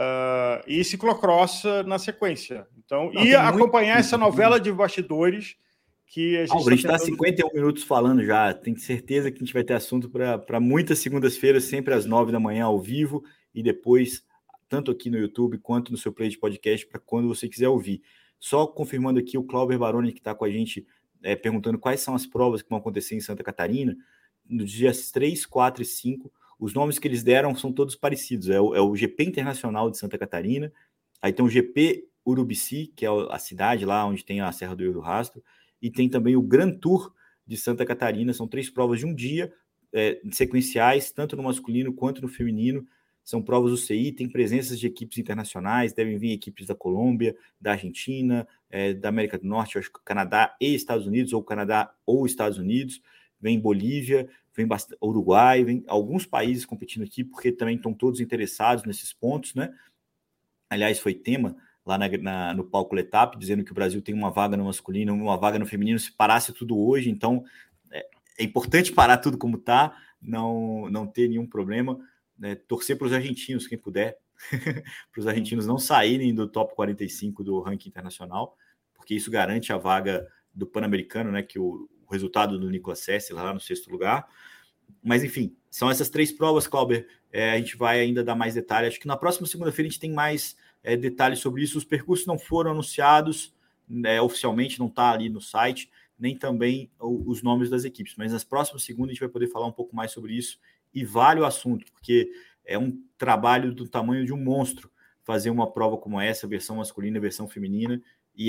e ciclocross na sequência. Então, acompanhar essa novela de bastidores que a gente está 51 minutos falando já. Tenho certeza que a gente vai ter assunto para muitas segundas-feiras, sempre às 9 da manhã, ao vivo, e depois, tanto aqui no YouTube quanto no seu play de podcast, para quando você quiser ouvir. Só confirmando aqui o Clauber Baroni, que está com a gente, perguntando quais são as provas que vão acontecer em Santa Catarina. Nos dias 3, 4 e 5, os nomes que eles deram são todos parecidos. É o GP Internacional de Santa Catarina, aí tem o GP Urubici, que é a cidade lá onde tem a Serra do Rio do Rastro, e tem também o Grand Tour de Santa Catarina. São 3 provas de um dia, sequenciais, tanto no masculino quanto no feminino. São provas UCI, tem presenças de equipes internacionais, devem vir equipes da Colômbia, da Argentina, da América do Norte, acho que Canadá e Estados Unidos, ou Canadá ou Estados Unidos, vem Bolívia, vem Uruguai, vem alguns países competindo aqui, porque também estão todos interessados nesses pontos, né? Aliás, foi tema lá no palco Letap, dizendo que o Brasil tem uma vaga no masculino, uma vaga no feminino, se parasse tudo hoje. Então, é importante parar tudo como está, não ter nenhum problema, né? Torcer para os argentinos, quem puder, para os argentinos não saírem do top 45 do ranking internacional, porque isso garante a vaga do Pan-Americano, né? Que o resultado do Nicolas Sessler lá no 6º lugar. Mas, enfim, são essas 3 provas, Clauber. A gente vai ainda dar mais detalhes. Acho que na próxima segunda-feira a gente tem mais detalhes sobre isso. Os percursos não foram anunciados oficialmente, não está ali no site, nem também os nomes das equipes. Mas nas próximas segundas a gente vai poder falar um pouco mais sobre isso. E vale o assunto, porque é um trabalho do tamanho de um monstro fazer uma prova como essa, versão masculina, versão feminina. E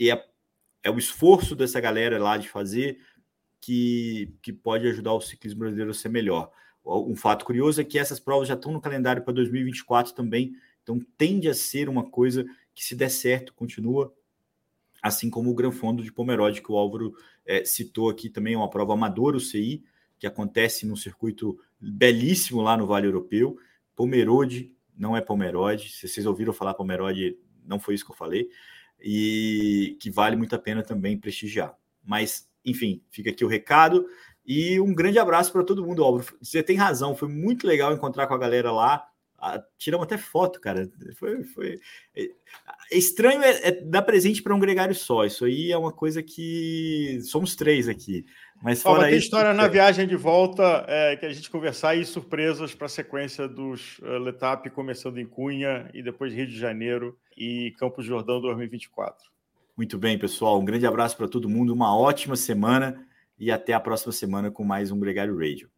é o esforço dessa galera lá de fazer que pode ajudar o ciclismo brasileiro a ser melhor. Um fato curioso é que essas provas já estão no calendário para 2024 também, então tende a ser uma coisa que, se der certo, continua, assim como o Gran Fondo de Pomerode, que o Álvaro citou aqui também, é uma prova amadora, o CI, que acontece num circuito belíssimo lá no Vale Europeu. Pomerode, não é Pomerode, se vocês ouviram falar Pomerode, não foi isso que eu falei, e que vale muito a pena também prestigiar. Mas, enfim, fica aqui o recado e um grande abraço para todo mundo, Álvaro. Você tem razão, foi muito legal encontrar com a galera lá. Tiramos até foto, cara. Foi estranho dar presente para um gregário só. Isso aí é uma coisa que somos 3 aqui. Mas fora tem história na viagem de volta que a gente conversar e surpresas para a sequência dos Letap, começando em Cunha e depois Rio de Janeiro e Campos do Jordão 2024. Muito bem, pessoal. Um grande abraço para todo mundo, uma ótima semana e até a próxima semana com mais um Gregário Radio.